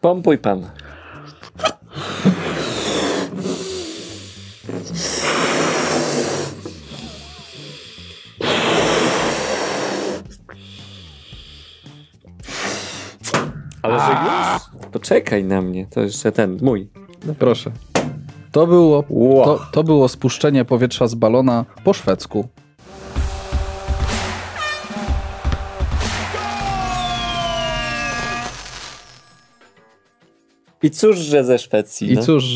Pompuj pan. Ale że już? Poczekaj na mnie, to jeszcze ten, mój. No proszę. To było spuszczenie powietrza z balona po szwedzku. I cóż, że ze Szwecji. I cóż,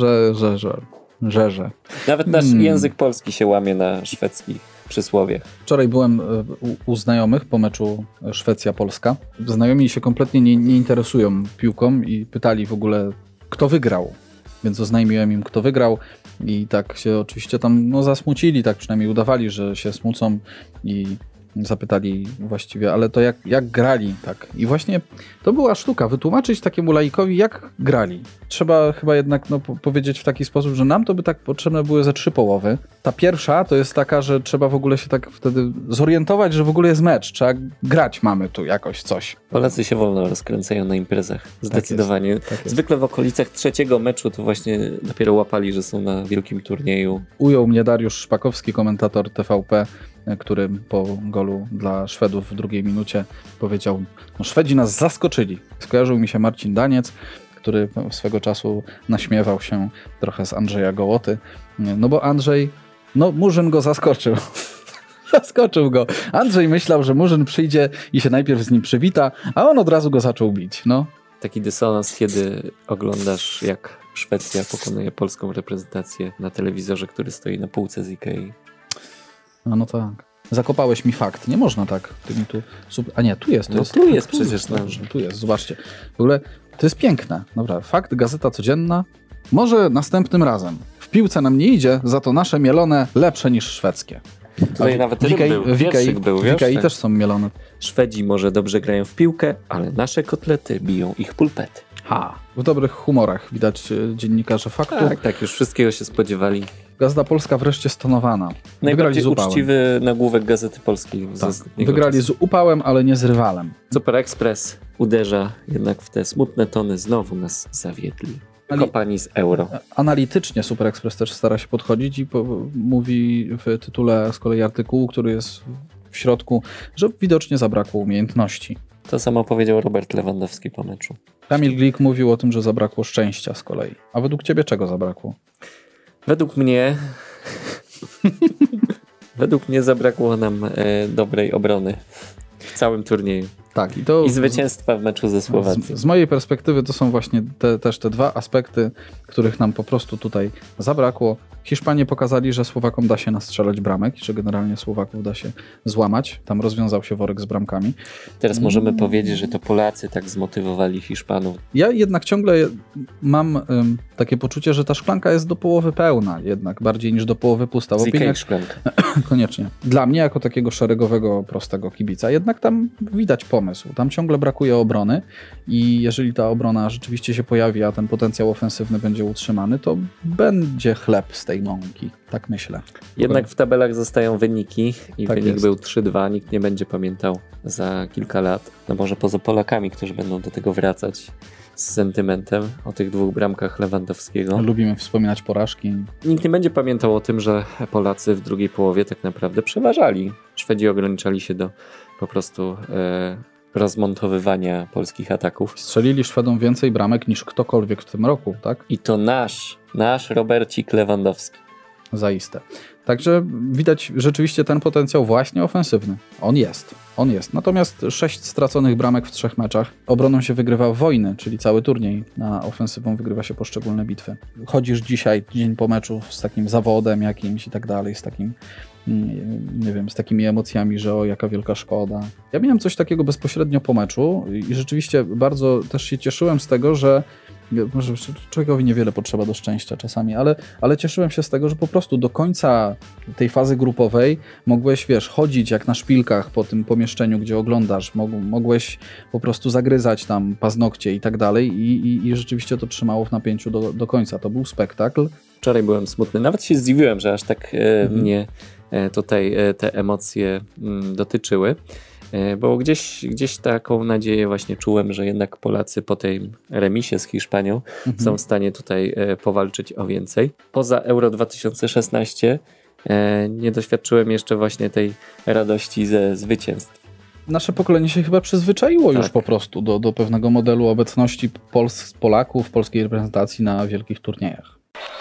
że. Nawet nasz język polski się łamie na szwedzkich przysłowiach. Wczoraj byłem u znajomych po meczu Szwecja-Polska. Znajomi się kompletnie nie interesują piłką i pytali w ogóle, kto wygrał. Więc oznajmiłem im, kto wygrał i tak się oczywiście tam zasmucili, tak przynajmniej udawali, że się smucą i zapytali właściwie, ale to jak grali, tak. I właśnie to była sztuka, wytłumaczyć takiemu laikowi, jak grali. Trzeba chyba jednak powiedzieć w taki sposób, że nam to by tak potrzebne były ze 3 połowy. Ta pierwsza to jest taka, że trzeba w ogóle się tak wtedy zorientować, że w ogóle jest mecz, trzeba grać, mamy tu jakoś coś. Polacy się wolno rozkręcają na imprezach, zdecydowanie. Tak jest. Zwykle w okolicach 3. meczu to właśnie dopiero łapali, że są na wielkim turnieju. Ujął mnie Dariusz Szpakowski, komentator TVP, który po golu dla Szwedów w 2. minucie powiedział, Szwedzi nas zaskoczyli. Skojarzył mi się Marcin Daniec, który swego czasu naśmiewał się trochę z Andrzeja Gołoty, bo Andrzej, Murzyn go zaskoczył. Zaskoczył go. Andrzej myślał, że Murzyn przyjdzie i się najpierw z nim przywita, a on od razu go zaczął bić. Taki dysonans, kiedy oglądasz, jak Szwecja pokonuje polską reprezentację na telewizorze, który stoi na półce z Ikei. No tak. Zakopałeś mi fakt. Nie można tak. A nie, tu jest. Tu jest przecież. Tu jest, zobaczcie. W ogóle to jest piękne. Dobra, fakt, Gazeta Codzienna. Może następnym razem. W piłce nam nie idzie, za to nasze mielone lepsze niż szwedzkie. Tutaj nawet wierszyk był. W Ikei też są mielone. Szwedzi może dobrze grają w piłkę, ale nasze kotlety biją ich pulpety. W dobrych humorach widać dziennikarze Faktu. Tak, już wszystkiego się spodziewali. Gazeta Polska wreszcie stonowana. Najbardziej uczciwy nagłówek Gazety Polskiej. Wygrali z upałem, ale nie z rywalem. Super Express uderza jednak w te smutne tony. Znowu nas zawiedli. Kopani z euro. Analitycznie Super Express też stara się podchodzić i mówi w tytule z kolei artykułu, który jest w środku, że widocznie zabrakło umiejętności. To samo powiedział Robert Lewandowski po meczu. Kamil Glik mówił o tym, że zabrakło szczęścia z kolei. A według ciebie czego zabrakło? Według mnie zabrakło nam dobrej obrony w całym turnieju. Tak, i zwycięstwa w meczu ze Słowacją. Z mojej perspektywy to są właśnie też te 2 aspekty, których nam po prostu tutaj zabrakło. Hiszpanie pokazali, że Słowakom da się nastrzelać bramek i że generalnie Słowaków da się złamać. Tam rozwiązał się worek z bramkami. Teraz możemy powiedzieć, że to Polacy tak zmotywowali Hiszpanów. Ja jednak ciągle mam takie poczucie, że ta szklanka jest do połowy pełna jednak, bardziej niż do połowy pusta. Z Ikei szklanka. Koniecznie. Dla mnie jako takiego szeregowego, prostego kibica, jednak tam widać pomysł. Tam ciągle brakuje obrony i jeżeli ta obrona rzeczywiście się pojawi, a ten potencjał ofensywny będzie utrzymany, to będzie chleb z tej mąki. Tak myślę. Jednak w tabelach zostają wyniki i tak wynik był 3-2. Nikt nie będzie pamiętał za kilka lat. Może poza Polakami, którzy będą do tego wracać z sentymentem o tych 2 bramkach Lewandowskiego. Lubimy wspominać porażki. Nikt nie będzie pamiętał o tym, że Polacy w drugiej połowie tak naprawdę przeważali. Szwedzi ograniczali się do po prostu rozmontowywania polskich ataków. Strzelili Szwedom więcej bramek niż ktokolwiek w tym roku, tak? I to nasz Robercik Lewandowski. Zaiste. Także widać rzeczywiście ten potencjał właśnie ofensywny. On jest. Natomiast 6 straconych bramek w 3 meczach. Obroną się wygrywa wojny, czyli cały turniej, a ofensywą wygrywa się poszczególne bitwy. Chodzisz dzisiaj, dzień po meczu, z takim zawodem jakimś i tak dalej, z takim, nie wiem, z takimi emocjami, że jaka wielka szkoda. Ja miałem coś takiego bezpośrednio po meczu i rzeczywiście bardzo też się cieszyłem z tego, że może człowiekowi niewiele potrzeba do szczęścia czasami, ale cieszyłem się z tego, że po prostu do końca tej fazy grupowej mogłeś, chodzić jak na szpilkach po tym pomieszczeniu, gdzie oglądasz, mogłeś po prostu zagryzać tam paznokcie i tak dalej i rzeczywiście to trzymało w napięciu do końca. To był spektakl. Wczoraj byłem smutny. Nawet się zdziwiłem, że aż tak mnie tutaj te emocje dotyczyły. Bo gdzieś taką nadzieję właśnie czułem, że jednak Polacy po tej remisie z Hiszpanią są w stanie tutaj powalczyć o więcej. Poza Euro 2016 nie doświadczyłem jeszcze właśnie tej radości ze zwycięstw. Nasze pokolenie się chyba przyzwyczaiło już po prostu do pewnego modelu obecności Polaków w polskiej reprezentacji na wielkich turniejach.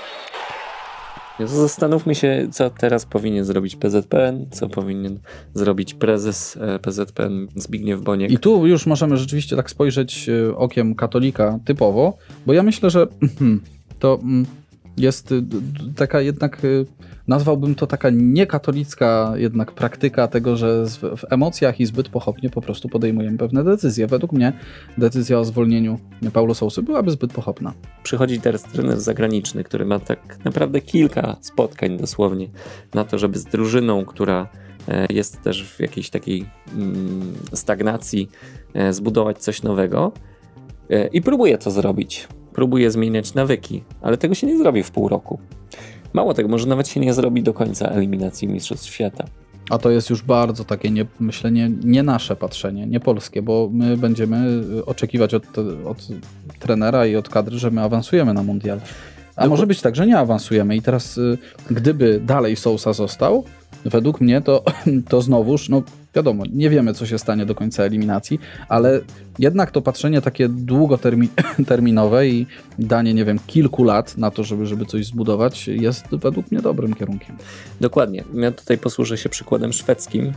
Zastanówmy się, co teraz powinien zrobić PZPN, co powinien zrobić prezes PZPN Zbigniew Boniek. I tu już możemy rzeczywiście tak spojrzeć okiem katolika typowo, bo ja myślę, że to jest taka jednak, nazwałbym to taka niekatolicka jednak praktyka tego, że w emocjach i zbyt pochopnie po prostu podejmujemy pewne decyzje. Według mnie decyzja o zwolnieniu Paulo Sousy byłaby zbyt pochopna. Przychodzi teraz trener zagraniczny, który ma tak naprawdę kilka spotkań dosłownie na to, żeby z drużyną, która jest też w jakiejś takiej stagnacji, zbudować coś nowego i próbuje to zrobić. Próbuje zmieniać nawyki, ale tego się nie zrobi w pół roku. Mało tego, może nawet się nie zrobi do końca eliminacji Mistrzostw Świata. A to jest już bardzo takie myślenie, nie nasze patrzenie, nie polskie, bo my będziemy oczekiwać od trenera i od kadry, że my awansujemy na mundial. A może być tak, że nie awansujemy i teraz gdyby dalej Sousa został, według mnie to znowuż, no wiadomo, nie wiemy, co się stanie do końca eliminacji, ale jednak to patrzenie takie długoterminowe i danie, nie wiem, kilku lat na to, żeby coś zbudować, jest według mnie dobrym kierunkiem. Dokładnie. Ja tutaj posłużę się przykładem szwedzkim.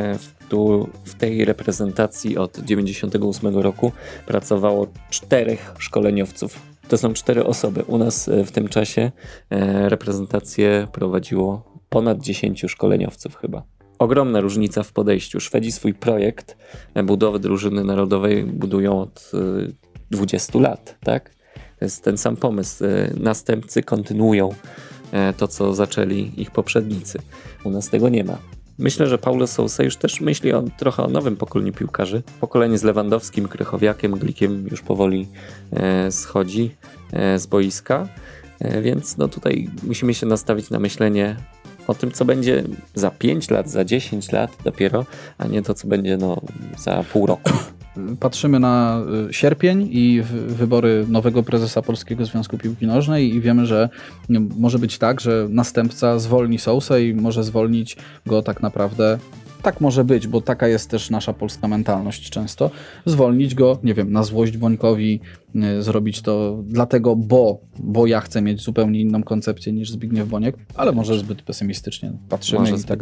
W tej reprezentacji od 1998 roku pracowało 4 szkoleniowców. To są 4 osoby. U nas w tym czasie reprezentację prowadziło ponad 10 szkoleniowców chyba. Ogromna różnica w podejściu. Szwedzi swój projekt budowy drużyny narodowej budują od 20 lat, tak? To jest ten sam pomysł. Następcy kontynuują to, co zaczęli ich poprzednicy. U nas tego nie ma. Myślę, że Paulo Sousa już też myśli trochę o nowym pokoleniu piłkarzy. Pokolenie z Lewandowskim, Krychowiakiem, Glikiem już powoli schodzi z boiska, więc no tutaj musimy się nastawić na myślenie o tym, co będzie za 5 lat, za 10 lat dopiero, a nie to, co będzie za pół roku. Patrzymy na sierpień i wybory nowego prezesa Polskiego Związku Piłki Nożnej i wiemy, że może być tak, że następca zwolni Sousę i może zwolnić go tak naprawdę, tak może być, bo taka jest też nasza polska mentalność często, zwolnić go, nie wiem, na złość Bońkowi, zrobić to dlatego, bo ja chcę mieć zupełnie inną koncepcję niż Zbigniew Boniek, ale może zbyt pesymistycznie patrzymy może i tak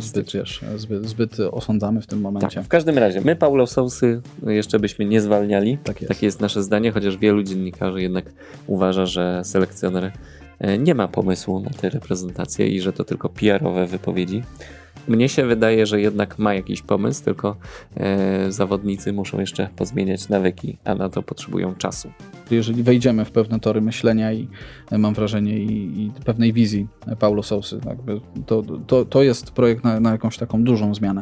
zbyt osądzamy w tym momencie. Tak, w każdym razie, my Paulo Sousy jeszcze byśmy nie zwalniali. Takie jest nasze zdanie, chociaż wielu dziennikarzy jednak uważa, że selekcjoner nie ma pomysłu na tę reprezentację i że to tylko PR-owe wypowiedzi. Mnie się wydaje, że jednak ma jakiś pomysł, tylko zawodnicy muszą jeszcze pozmieniać nawyki, a na to potrzebują czasu. Jeżeli wejdziemy w pewne tory myślenia i mam wrażenie i pewnej wizji Paulo Sousy, to jest projekt na jakąś taką dużą zmianę.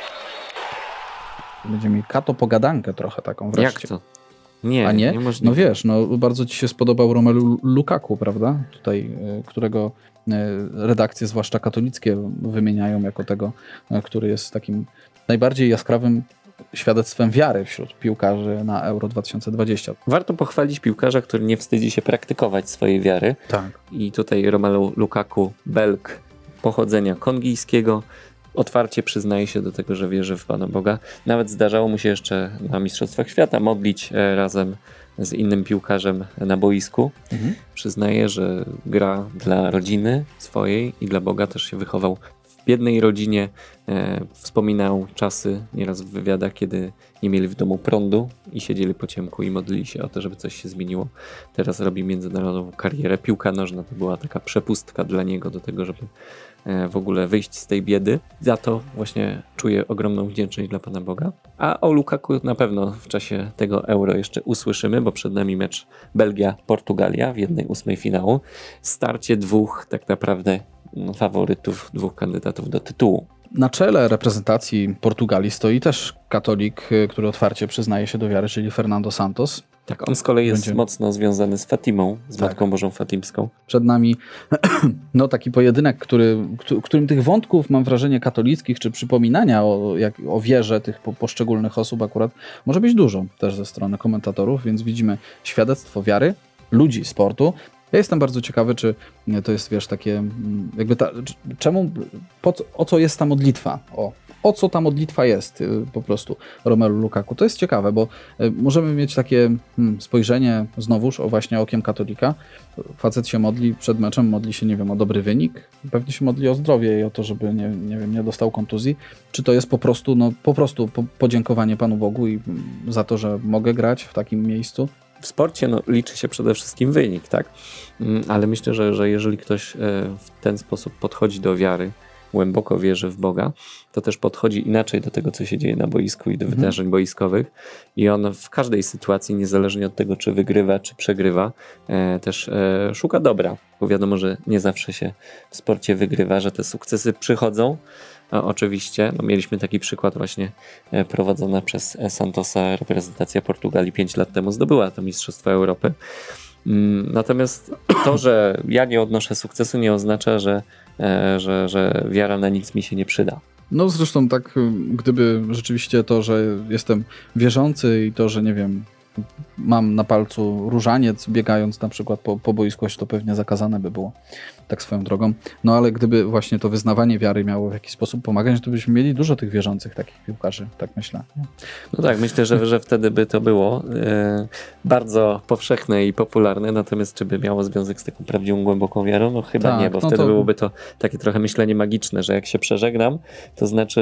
Będziemy mieli pogadankę trochę taką wreszcie. Jak to? Nie, a nie? Niemożliwe. No wiesz, bardzo ci się spodobał Romelu Lukaku, prawda? Tutaj, którego redakcje, zwłaszcza katolickie, wymieniają jako tego, który jest takim najbardziej jaskrawym świadectwem wiary wśród piłkarzy na Euro 2020. Warto pochwalić piłkarza, który nie wstydzi się praktykować swojej wiary. Tak. I tutaj Romelu Lukaku, Belg pochodzenia kongijskiego, otwarcie przyznaje się do tego, że wierzy w Pana Boga. Nawet zdarzało mu się jeszcze na Mistrzostwach Świata modlić razem z innym piłkarzem na boisku. Przyznaje, że gra dla rodziny swojej i dla Boga. Też się wychował w biednej rodzinie. Wspominał czasy nieraz w wywiadach, kiedy nie mieli w domu prądu i siedzieli po ciemku i modlili się o to, żeby coś się zmieniło. Teraz robi międzynarodową karierę. Piłka nożna to była taka przepustka dla niego do tego, żeby w ogóle wyjść z tej biedy. Za to właśnie czuję ogromną wdzięczność dla Pana Boga. A o Lukaku na pewno w czasie tego Euro jeszcze usłyszymy, bo przed nami mecz Belgia-Portugalia w 1/8 finału. Starcie 2 tak naprawdę faworytów, 2 kandydatów do tytułu. Na czele reprezentacji Portugalii stoi też katolik, który otwarcie przyznaje się do wiary, czyli Fernando Santos. Tak, on z kolei jest mocno związany z Fatimą, z Matką Bożą Fatimską. Przed nami taki pojedynek, którym tych wątków, mam wrażenie, katolickich, czy przypominania o wierze tych poszczególnych osób akurat może być dużo też ze strony komentatorów, więc widzimy świadectwo wiary ludzi sportu. Ja jestem bardzo ciekawy, czy to jest, takie jakby o co jest ta modlitwa? O co ta modlitwa jest po prostu Romelu Lukaku. To jest ciekawe, bo możemy mieć takie spojrzenie znowuż właśnie okiem katolika. Facet się modli przed meczem, modli się, nie wiem, o dobry wynik, pewnie się modli o zdrowie i o to, żeby nie dostał kontuzji. Czy to jest po prostu podziękowanie Panu Bogu i za to, że mogę grać w takim miejscu? W sporcie liczy się przede wszystkim wynik, tak? Ale myślę, że jeżeli ktoś w ten sposób podchodzi do wiary, głęboko wierzy w Boga, to też podchodzi inaczej do tego, co się dzieje na boisku i do wydarzeń boiskowych i on w każdej sytuacji, niezależnie od tego, czy wygrywa, czy przegrywa, też szuka dobra, bo wiadomo, że nie zawsze się w sporcie wygrywa, że te sukcesy przychodzą. Oczywiście, mieliśmy taki przykład właśnie prowadzona przez Santosa reprezentacja Portugalii 5 lat temu zdobyła to Mistrzostwo Europy. Natomiast to, że ja nie odnoszę sukcesu, nie oznacza, że wiara na nic mi się nie przyda. No zresztą tak, gdyby rzeczywiście to, że jestem wierzący i to, że nie wiem, mam na palcu różaniec biegając na przykład po boisku, to pewnie zakazane by było, tak swoją drogą. No ale gdyby właśnie to wyznawanie wiary miało w jakiś sposób pomagać, to byśmy mieli dużo tych wierzących takich piłkarzy, tak myślę. No tak, myślę, że wtedy by to było bardzo powszechne i popularne, natomiast czy by miało związek z taką prawdziwą, głęboką wiarą? No chyba tak, nie, bo wtedy byłoby to takie trochę myślenie magiczne, że jak się przeżegnam, to znaczy,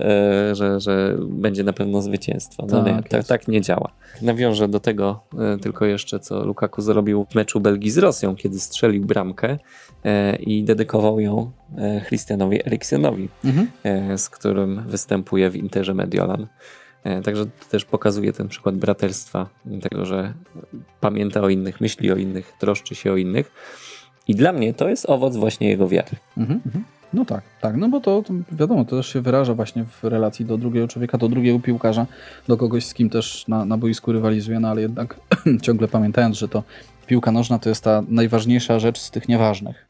że będzie na pewno zwycięstwo. No tak nie działa. Nawiążę do tego tylko jeszcze, co Lukaku zrobił w meczu Belgii z Rosją, kiedy strzelił bramkę i dedykował ją Christianowi Eriksenowi, z którym występuje w Interze Mediolan. Także to też pokazuje ten przykład braterstwa, tego, że pamięta o innych, myśli o innych, troszczy się o innych. I dla mnie to jest owoc właśnie jego wiary. No tak, no bo to wiadomo, to też się wyraża właśnie w relacji do drugiego człowieka, do drugiego piłkarza, do kogoś, z kim też na boisku rywalizuje, no ale jednak ciągle pamiętając, że to piłka nożna to jest ta najważniejsza rzecz z tych nieważnych.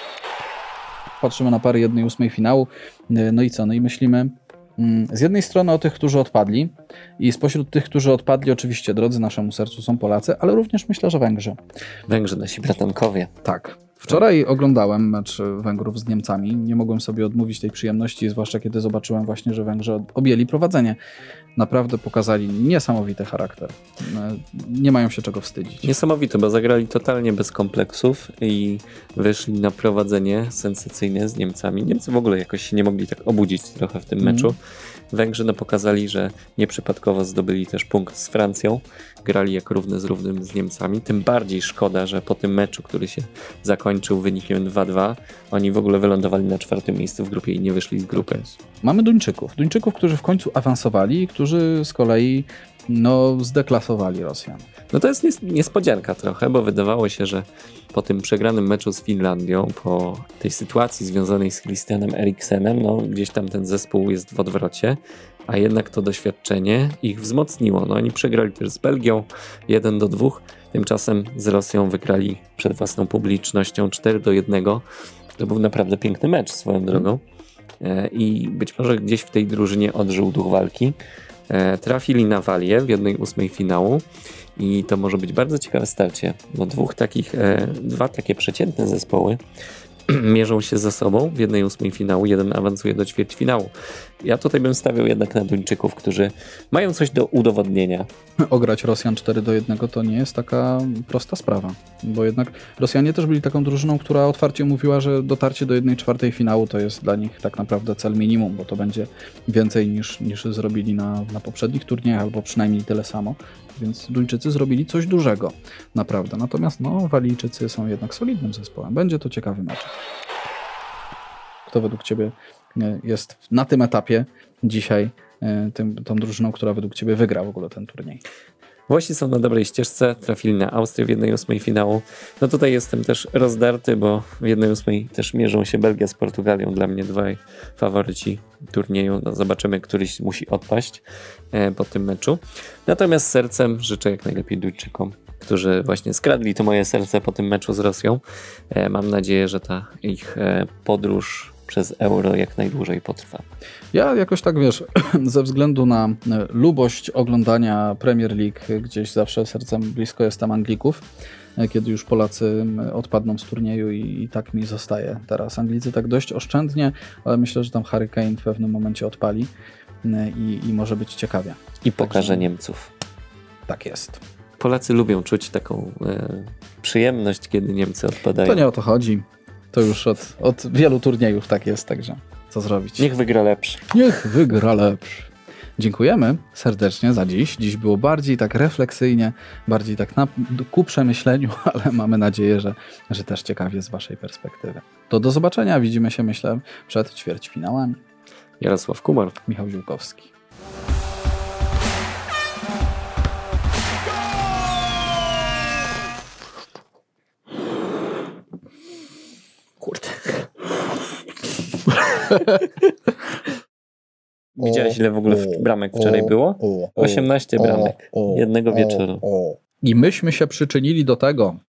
Patrzymy na pary 1/8 finału, no i co? No i myślimy z jednej strony o tych, którzy odpadli i spośród tych, którzy odpadli oczywiście drodzy naszemu sercu są Polacy, ale również myślę, że Węgrzy. Węgrzy, nasi bratankowie. Tak. Wczoraj oglądałem mecz Węgrów z Niemcami. Nie mogłem sobie odmówić tej przyjemności, zwłaszcza kiedy zobaczyłem właśnie, że Węgrzy objęli prowadzenie. Naprawdę pokazali niesamowity charakter. Nie mają się czego wstydzić. Niesamowite, bo zagrali totalnie bez kompleksów i wyszli na prowadzenie sensacyjne z Niemcami. Niemcy w ogóle jakoś się nie mogli tak obudzić trochę w tym meczu. Węgrzy pokazali, że nieprzypadkowo zdobyli też punkt z Francją. Grali jak równy z równym z Niemcami. Tym bardziej szkoda, że po tym meczu, który się zakończył wynikiem 2-2, oni w ogóle wylądowali na 4. miejscu w grupie i nie wyszli z grupy. Mamy Duńczyków, którzy w końcu awansowali i którzy z kolei zdeklasowali Rosjan. No to jest niespodzianka trochę, bo wydawało się, że po tym przegranym meczu z Finlandią, po tej sytuacji związanej z Christianem Eriksenem, gdzieś tam ten zespół jest w odwrocie, a jednak to doświadczenie ich wzmocniło. Oni przegrali też z Belgią 1-2, tymczasem z Rosją wygrali przed własną publicznością 4-1. To był naprawdę piękny mecz swoją drogą i być może gdzieś w tej drużynie odżył duch walki. Trafili na Walię w 1/8 finału i to może być bardzo ciekawe starcie, bo dwa takie przeciętne zespoły mierzą się ze sobą w 1/8 finału, jeden awansuje do ćwierćfinału. Ja tutaj bym stawiał jednak na Duńczyków, którzy mają coś do udowodnienia. Ograć Rosjan 4-1 to nie jest taka prosta sprawa, bo jednak Rosjanie też byli taką drużyną, która otwarcie mówiła, że dotarcie do 1/4 finału to jest dla nich tak naprawdę cel minimum, bo to będzie więcej niż zrobili na poprzednich turniejach, albo przynajmniej tyle samo. Więc Duńczycy zrobili coś dużego, naprawdę. Natomiast Walijczycy są jednak solidnym zespołem. Będzie to ciekawy mecz. Kto według Ciebie jest na tym etapie dzisiaj tą drużyną, która według Ciebie wygra w ogóle ten turniej? Włosi są na dobrej ścieżce, trafili na Austrię w 1/8 finału. No tutaj jestem też rozdarty, bo w 1/8 też mierzą się Belgia z Portugalią. Dla mnie dwaj faworyci turnieju. No zobaczymy, któryś musi odpaść po tym meczu. Natomiast sercem życzę jak najlepiej Duńczykom, którzy właśnie skradli to moje serce po tym meczu z Rosją. Mam nadzieję, że ta ich podróż przez Euro jak najdłużej potrwa. Ja jakoś tak, wiesz, ze względu na lubość oglądania Premier League, gdzieś zawsze sercem blisko jestem Anglików, kiedy już Polacy odpadną z turnieju i tak mi zostaje teraz. Anglicy tak dość oszczędnie, ale myślę, że tam Harry Kane w pewnym momencie odpali i może być ciekawie. I pokaże Niemców. Tak jest. Polacy lubią czuć taką przyjemność, kiedy Niemcy odpadają. To nie o to chodzi. To już od wielu turniejów tak jest, także co zrobić? Niech wygra lepszy. Niech wygra lepszy. Dziękujemy serdecznie za dziś. Dziś było bardziej tak refleksyjnie, bardziej tak ku przemyśleniu, ale mamy nadzieję, że też ciekawie z waszej perspektywy. To do zobaczenia. Widzimy się, myślę, przed ćwierćfinałami. Jarosław Kumar. Michał Ziółkowski. Kurde. Widziałeś, ile w ogóle bramek wczoraj było? 18 bramek jednego wieczoru. I myśmy się przyczynili do tego,